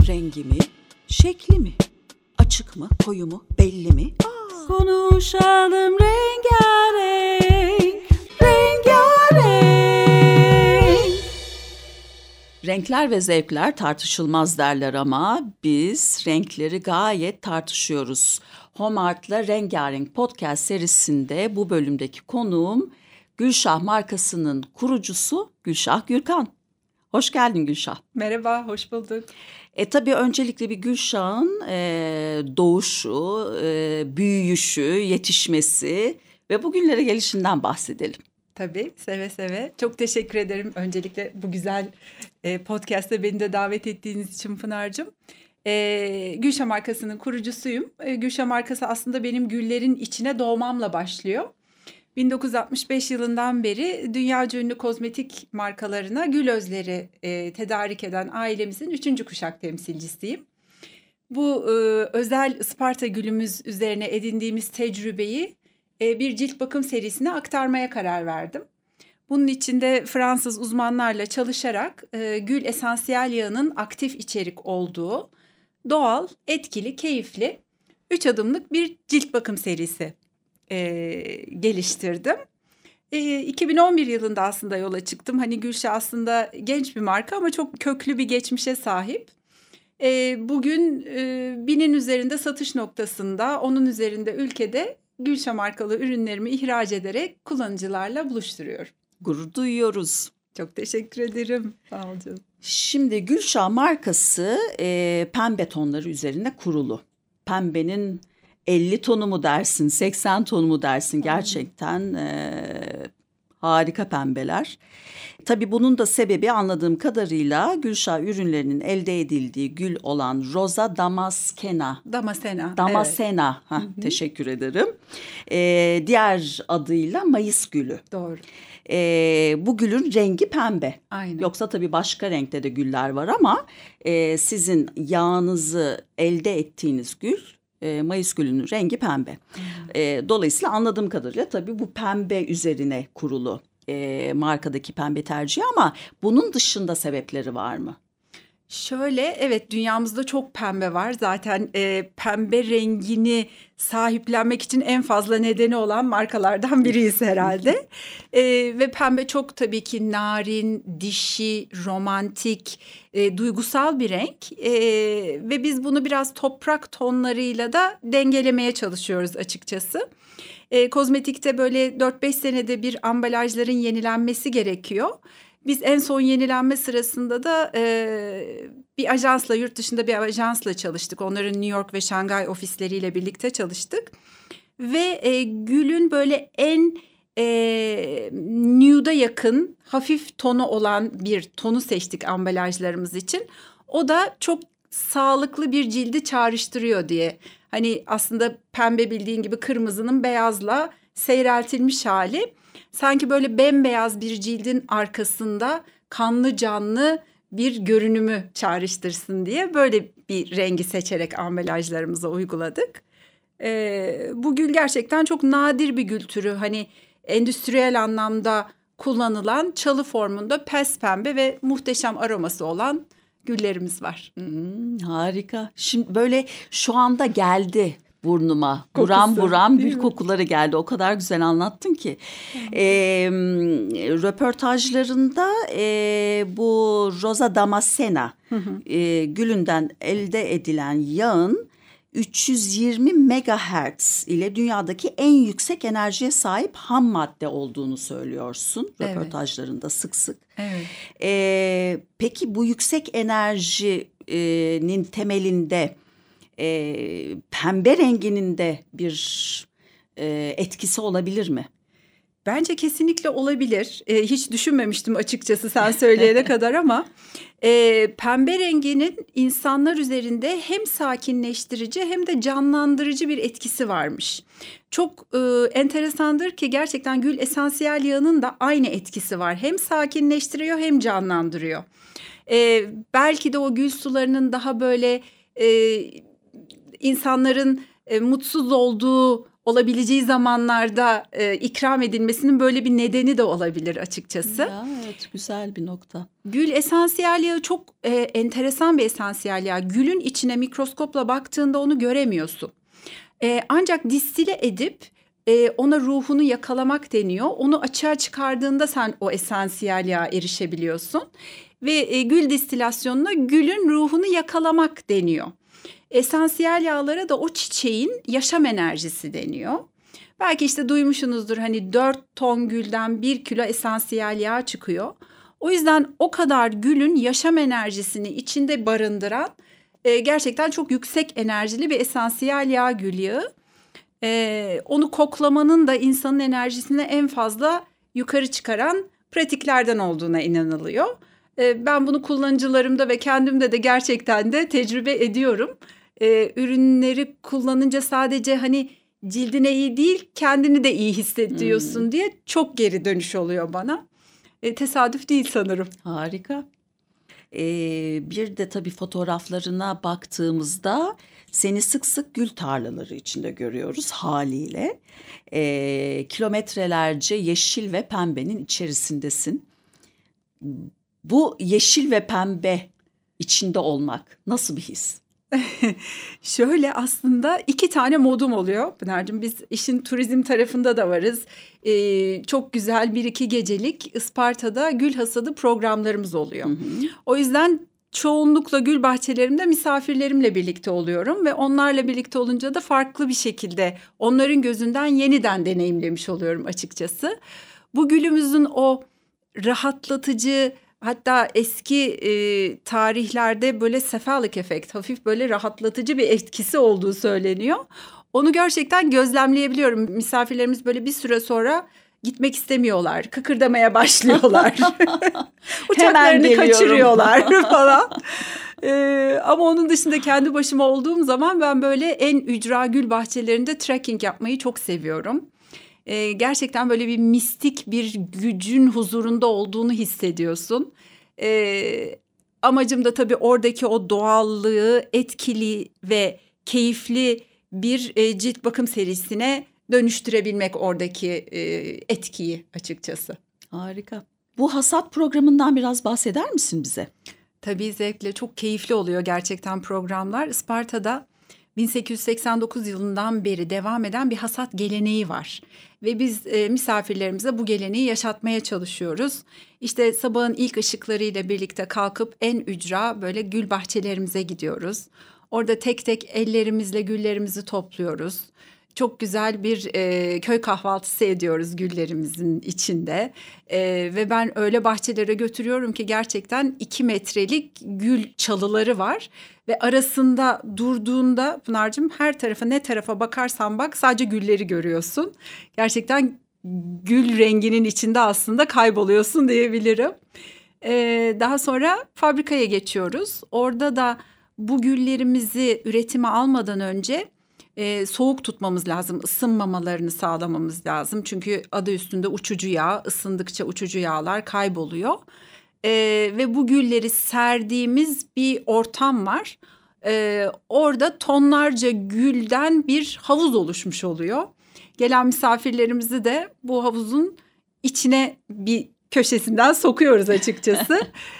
Rengi mi, şekli mi, açık mı, koyu mu, belli mi? Konuşalım rengarenk, rengarenk. Renkler ve zevkler tartışılmaz derler ama biz renkleri gayet tartışıyoruz. Home Art'la Rengarenk podcast serisinde bu bölümdeki konuğum Gülşah markasının kurucusu Gülşah Gürkan. Hoş geldin Gülşah. Merhaba, hoş bulduk. Tabii öncelikle bir Gülşah'ın doğuşu, büyüyüşü, yetişmesi ve bugünlere gelişinden bahsedelim. Tabii, seve seve. Çok teşekkür ederim öncelikle bu güzel podcast'ta beni de davet ettiğiniz için Pınar'cığım. Gülşah markasının kurucusuyum. Gülşah markası aslında benim güllerin içine doğmamla başlıyor. 1965 yılından beri dünyaca ünlü kozmetik markalarına gül özleri tedarik eden ailemizin 3. kuşak temsilcisiyim. Bu özel Isparta gülümüz üzerine edindiğimiz tecrübeyi bir cilt bakım serisine aktarmaya karar verdim. Bunun için de Fransız uzmanlarla çalışarak gül esansiyel yağının aktif içerik olduğu doğal, etkili, keyifli 3 adımlık bir cilt bakım serisi geliştirdim. 2011 yılında aslında yola çıktım. Hani Gülşah aslında genç bir marka ama çok köklü bir geçmişe sahip. Bugün 1000'in üzerinde satış noktasında, onun üzerinde ülkede Gülşah markalı ürünlerimi ihraç ederek kullanıcılarla buluşturuyorum. Gurur duyuyoruz. Çok teşekkür ederim. Sağ ol canım. Şimdi Gülşah markası pembe tonları üzerine kurulu. Pembenin 50 tonu mu dersin, 80 tonu mu dersin, gerçekten harika pembeler. Tabii bunun da sebebi anladığım kadarıyla Gülşah ürünlerinin elde edildiği gül olan Rosa Damascena. Damascena. Evet. Teşekkür ederim. Diğer adıyla Mayıs gülü. Doğru. Bu gülün rengi pembe. Aynen. Yoksa tabii başka renkte de güller var ama sizin yağınızı elde ettiğiniz gül Mayıs gülünün rengi pembe. Dolayısıyla anladığım kadarıyla tabii bu pembe üzerine kurulu markadaki pembe tercihi ama bunun dışında sebepleri var mı? Şöyle, evet, dünyamızda çok pembe var. Zaten pembe rengini sahiplenmek için en fazla nedeni olan markalardan biriyiz herhalde. Ve pembe çok tabii ki narin, dişi, romantik, duygusal bir renk. Ve biz bunu biraz toprak tonlarıyla da dengelemeye çalışıyoruz açıkçası. Kozmetikte böyle 4-5 senede bir ambalajların yenilenmesi gerekiyor. Biz en son yenilenme sırasında da bir ajansla, yurt dışında bir ajansla çalıştık. Onların New York ve Şangay ofisleriyle birlikte çalıştık. Ve gülün böyle en nude'a yakın, hafif tonu olan bir tonu seçtik ambalajlarımız için. O da çok sağlıklı bir cildi çağrıştırıyor diye. Hani aslında pembe bildiğin gibi kırmızının beyazla seyreltilmiş hali. Sanki böyle bembeyaz bir cildin arkasında kanlı canlı bir görünümü çağrıştırsın diye böyle bir rengi seçerek ambalajlarımıza uyguladık. Bu gül gerçekten çok nadir bir gül türü. Hani endüstriyel anlamda kullanılan çalı formunda pes pembe ve muhteşem aroması olan güllerimiz var. Harika. Şimdi böyle şu anda geldi burnuma. Kokusu, buram buram gül değil mi? kokuları geldi. O kadar güzel anlattın ki. Röportajlarında bu Rosa Damascena gülünden elde edilen yağın 320 megahertz ile dünyadaki en yüksek enerjiye sahip ham madde olduğunu söylüyorsun. Evet. Röportajlarında sık sık. Evet. Peki bu yüksek enerjinin temelinde pembe renginin de bir etkisi olabilir mi? Bence kesinlikle olabilir. Hiç düşünmemiştim açıkçası sen söyleyene kadar ama pembe renginin insanlar üzerinde hem sakinleştirici hem de canlandırıcı bir etkisi varmış. Çok enteresandır ki gerçekten gül esansiyel yağının da aynı etkisi var. Hem sakinleştiriyor hem canlandırıyor. Belki de o gül sularının daha böyle insanların mutsuz olduğu olabileceği zamanlarda ikram edilmesinin böyle bir nedeni de olabilir açıkçası. Ya, evet, güzel bir nokta. Gül esansiyel yağı çok enteresan bir esansiyel yağ. Gülün içine mikroskopla baktığında onu göremiyorsun. Ancak distile edip ona ruhunu yakalamak deniyor. Onu açığa çıkardığında sen o esansiyel yağa erişebiliyorsun. Ve gül distilasyonuna gülün ruhunu yakalamak deniyor. Esansiyel yağlara da o çiçeğin yaşam enerjisi deniyor. Belki işte duymuşsunuzdur, hani 4 ton gülden 1 kilo esansiyel yağ çıkıyor. O yüzden o kadar gülün yaşam enerjisini içinde barındıran gerçekten çok yüksek enerjili bir esansiyel yağ gül yağı. Onu koklamanın da insanın enerjisini en fazla yukarı çıkaran pratiklerden olduğuna inanılıyor. Ben bunu kullanıcılarımda ve kendimde de gerçekten de tecrübe ediyorum. Ürünleri kullanınca sadece hani cildine iyi değil, kendini de iyi hissediyorsun diye çok geri dönüş oluyor bana. Tesadüf değil sanırım. Harika. Bir de tabii fotoğraflarına baktığımızda seni sık sık gül tarlaları içinde görüyoruz haliyle. Kilometrelerce yeşil ve pembenin içerisindesin. Bu yeşil ve pembe içinde olmak nasıl bir his? Şöyle, aslında 2 tane modum oluyor Pınar'cığım. Biz işin turizm tarafında da varız. Çok güzel 1-2 gecelik Isparta'da gül hasadı programlarımız oluyor. O yüzden çoğunlukla gül bahçelerimde misafirlerimle birlikte oluyorum. Ve onlarla birlikte olunca da farklı bir şekilde onların gözünden yeniden deneyimlemiş oluyorum açıkçası. Bu gülümüzün o rahatlatıcı, hatta eski tarihlerde böyle cephalic efekt, hafif böyle rahatlatıcı bir etkisi olduğu söyleniyor. Onu gerçekten gözlemleyebiliyorum. Misafirlerimiz böyle bir süre sonra gitmek istemiyorlar, kıkırdamaya başlıyorlar. Uçaklarını kaçırıyorlar falan. Ama onun dışında kendi başıma olduğum zaman ben böyle en ücra gül bahçelerinde trekking yapmayı çok seviyorum. Gerçekten böyle bir mistik bir gücün huzurunda olduğunu hissediyorsun. Amacım da tabii oradaki o doğallığı etkili ve keyifli bir cilt bakım serisine dönüştürebilmek, oradaki etkiyi açıkçası. Harika. Bu hasat programından biraz bahseder misin bize? Tabii, zevkle. Çok keyifli oluyor gerçekten programlar. Isparta'da 1889 yılından beri devam eden bir hasat geleneği var. Ve biz misafirlerimize bu geleneği yaşatmaya çalışıyoruz. İşte sabahın ilk ışıklarıyla birlikte kalkıp en ücra böyle gül bahçelerimize gidiyoruz. Orada tek tek ellerimizle güllerimizi topluyoruz. Çok güzel bir köy kahvaltısı ediyoruz güllerimizin içinde. Ve ben öyle bahçelere götürüyorum ki gerçekten 2 metrelik gül çalıları var. Ve arasında durduğunda Pınar'cığım, her tarafa, ne tarafa bakarsan bak, sadece gülleri görüyorsun. Gerçekten gül renginin içinde aslında kayboluyorsun diyebilirim. Daha sonra fabrikaya geçiyoruz. Orada da bu güllerimizi üretime almadan önce soğuk tutmamız lazım. Isınmamalarını sağlamamız lazım. Çünkü adı üstünde uçucu yağ. Isındıkça uçucu yağlar kayboluyor. Ve bu gülleri serdiğimiz bir ortam var. Orada tonlarca gülden bir havuz oluşmuş oluyor. Gelen misafirlerimizi de bu havuzun içine bir köşesinden sokuyoruz açıkçası.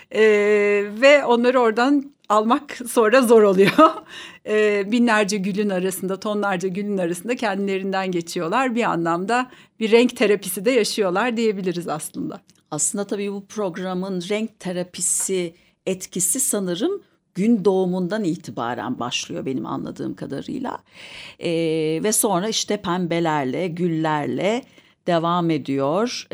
Ve onları oradan almak sonra zor oluyor. Binlerce gülün arasında, tonlarca gülün arasında kendilerinden geçiyorlar. Bir anlamda bir renk terapisi de yaşıyorlar diyebiliriz aslında. Aslında tabii bu programın renk terapisi etkisi sanırım gün doğumundan itibaren başlıyor benim anladığım kadarıyla. Ve sonra işte pembelerle, güllerle devam ediyor.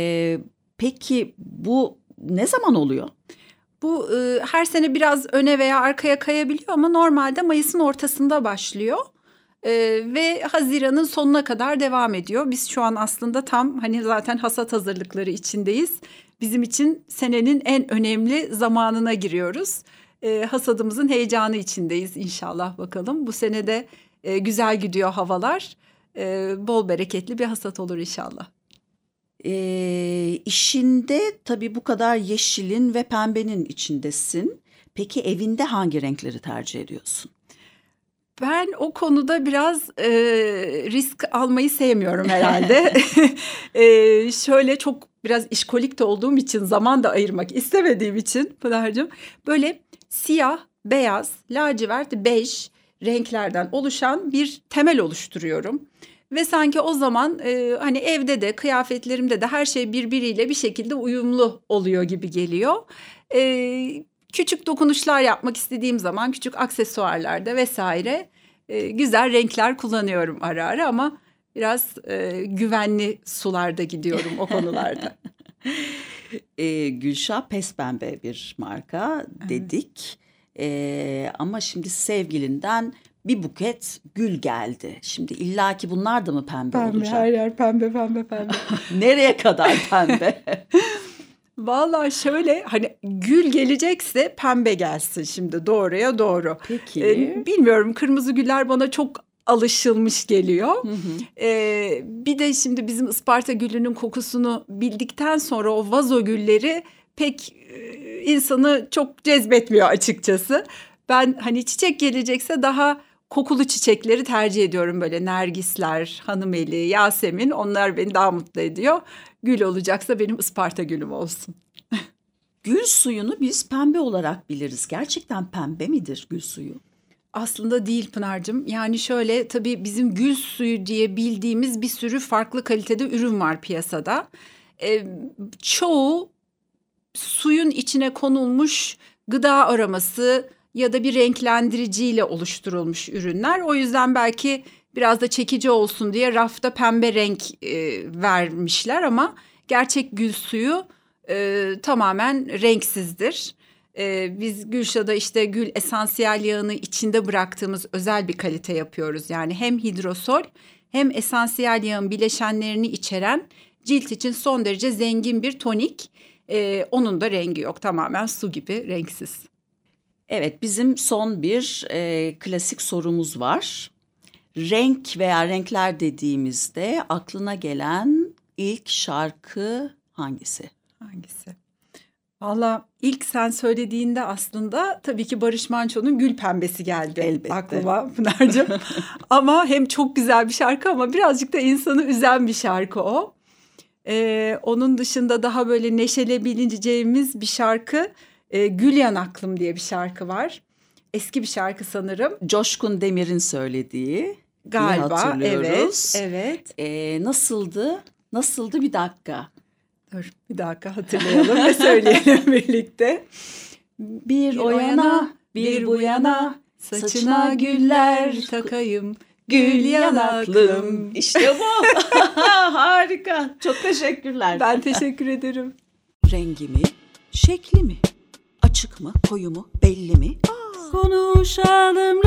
Peki bu ne zaman oluyor? Bu her sene biraz öne veya arkaya kayabiliyor ama normalde Mayıs'ın ortasında başlıyor. Ve Haziran'ın sonuna kadar devam ediyor. Biz şu an aslında tam hani zaten hasat hazırlıkları içindeyiz. Bizim için senenin en önemli zamanına giriyoruz. Hasadımızın heyecanı içindeyiz inşallah, bakalım. Bu sene de güzel gidiyor havalar. Bol bereketli bir hasat olur inşallah. İşinde tabii bu kadar yeşilin ve pembenin içindesin. Peki evinde hangi renkleri tercih ediyorsun? Ben o konuda biraz risk almayı sevmiyorum herhalde. Şöyle çok biraz işkolik de olduğum için, zaman da ayırmak istemediğim için Pınar'cığım, böyle siyah, beyaz, lacivert, bej renklerden oluşan bir temel oluşturuyorum. Ve sanki o zaman hani evde de, kıyafetlerimde de her şey birbiriyle bir şekilde uyumlu oluyor gibi geliyor. Küçük dokunuşlar yapmak istediğim zaman küçük aksesuarlarda vesaire güzel renkler kullanıyorum ara ara, ama biraz güvenli sularda gidiyorum o konularda. Gülşah pes pembe bir marka dedik. Ama şimdi sevgilinden bir buket gül geldi. Şimdi illaki bunlar da mı pembe olacak? Her yer pembe pembe pembe. Nereye kadar pembe? Vallahi şöyle, hani gül gelecekse pembe gelsin, şimdi doğruya doğru. Peki. Bilmiyorum, kırmızı güller bana çok alışılmış geliyor. Bir de şimdi bizim Isparta gülünün kokusunu bildikten sonra o vazo gülleri pek insanı çok cezbetmiyor açıkçası. Ben hani çiçek gelecekse daha kokulu çiçekleri tercih ediyorum. Böyle nergisler, hanımeli, yasemin, onlar beni daha mutlu ediyor. Gül olacaksa benim Isparta gülüm olsun. Gül suyunu biz pembe olarak biliriz. Gerçekten pembe midir gül suyu? Aslında değil Pınar'cığım. Yani şöyle, tabii bizim gül suyu diye bildiğimiz bir sürü farklı kalitede ürün var piyasada. Çoğu suyun içine konulmuş gıda aroması ya da bir renklendiriciyle oluşturulmuş ürünler. O yüzden belki biraz da çekici olsun diye rafta pembe renk vermişler, ama gerçek gül suyu tamamen renksizdir. Biz Gülşah'da işte gül esansiyel yağını içinde bıraktığımız özel bir kalite yapıyoruz. Yani hem hidrosol hem esansiyel yağın bileşenlerini içeren, cilt için son derece zengin bir tonik. Onun da rengi yok, tamamen su gibi renksiz. Evet, bizim son bir klasik sorumuz var. Renk veya renkler dediğimizde aklına gelen ilk şarkı hangisi? Hangisi? Valla ilk sen söylediğinde aslında tabii ki Barış Manço'nun Gül Pembesi geldi. Elbette. Aklıma Pınar'cığım. Ama hem çok güzel bir şarkı, ama birazcık da insanı üzen bir şarkı o. Onun dışında daha böyle neşelebileceğimiz bir şarkı, Gül Yanaklım diye bir şarkı var. Eski bir şarkı sanırım. Coşkun Demir'in söylediği. Galiba, evet. Nasıldı? Nasıldı, bir dakika. Dur bir dakika hatırlayalım ve söyleyelim birlikte. Bir o yana, bir bu yana, saçına güller takayım, gül yanaklım. İşte bu. Harika. Çok teşekkürler. Ben teşekkür ederim. Rengi mi, şekli mi, açık mı, koyu mu, belli mi? Konuşalım